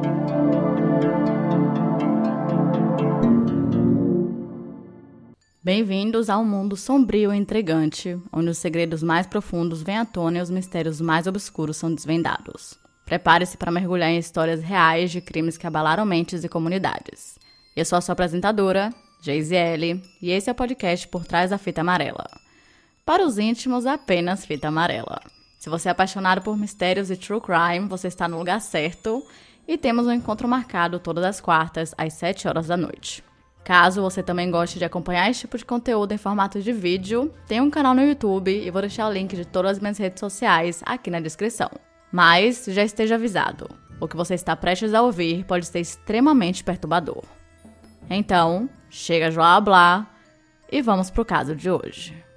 Bem-vindos ao mundo sombrio e intrigante, onde os segredos mais profundos vêm à tona e os mistérios mais obscuros são desvendados. Prepare-se para mergulhar em histórias reais de crimes que abalaram mentes e comunidades. Eu sou a sua apresentadora, Geisiele, e esse é o podcast Por Trás da Fita Amarela. Para os íntimos, apenas fita amarela. Se você é apaixonado por mistérios e true crime, você está no lugar certo e temos um encontro marcado todas as quartas, às 7 horas da noite. Caso você também goste de acompanhar esse tipo de conteúdo em formato de vídeo, tem um canal no YouTube e vou deixar o link de todas as minhas redes sociais aqui na descrição. Mas já esteja avisado, o que você está prestes a ouvir pode ser extremamente perturbador. Então, chega de blá blá e vamos pro caso de hoje.